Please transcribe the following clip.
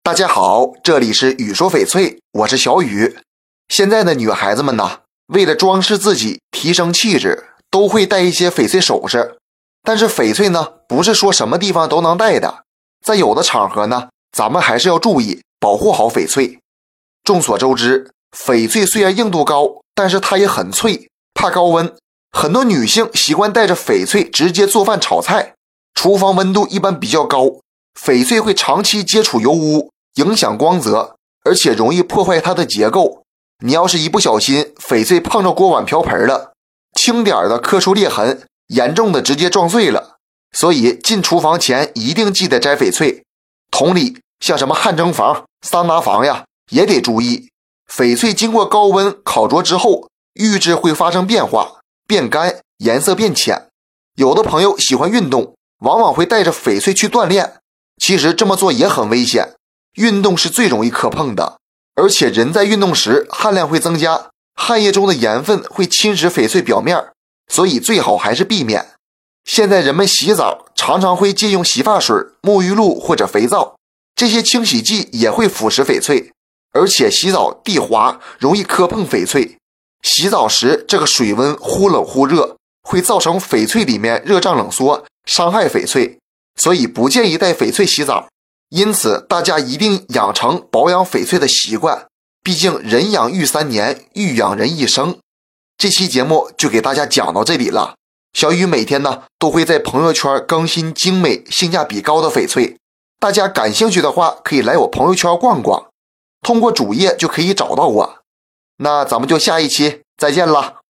大家好，这里是雨说翡翠，我是小雨。现在的女孩子们呢，为了装饰自己、提升气质，都会戴一些翡翠首饰。但是翡翠呢，不是说什么地方都能戴的，在有的场合呢，咱们还是要注意保护好翡翠。众所周知，翡翠虽然硬度高，但是它也很脆，怕高温。很多女性习惯带着翡翠直接做饭炒菜，厨房温度一般比较高，翡翠会长期接触油污，影响光泽，而且容易破坏它的结构。你要是一不小心翡翠碰着锅碗瓢盆了，轻点的磕出裂痕，严重的直接撞碎了。所以进厨房前一定记得摘翡翠。同理，像什么汗蒸房、桑拿房呀，也得注意。翡翠经过高温烤灼之后，玉质会发生变化，变干，颜色变浅。有的朋友喜欢运动，往往会带着翡翠去锻炼，其实这么做也很危险。运动是最容易磕碰的，而且人在运动时汗量会增加，汗液中的盐分会侵蚀翡翠表面，所以最好还是避免。现在人们洗澡常常会借用洗发水、沐浴露或者肥皂，这些清洗剂也会腐蚀翡翠，而且洗澡地滑，容易磕碰翡翠。洗澡时这个水温忽冷忽热，会造成翡翠里面热胀冷缩，伤害翡翠，所以不建议带翡翠洗澡。因此大家一定养成保养翡翠的习惯，毕竟人养玉3年，玉养人一生。这期节目就给大家讲到这里了。小雨每天呢都会在朋友圈更新精美、性价比高的翡翠，大家感兴趣的话可以来我朋友圈逛逛，通过主页就可以找到我。那咱们就下一期再见了。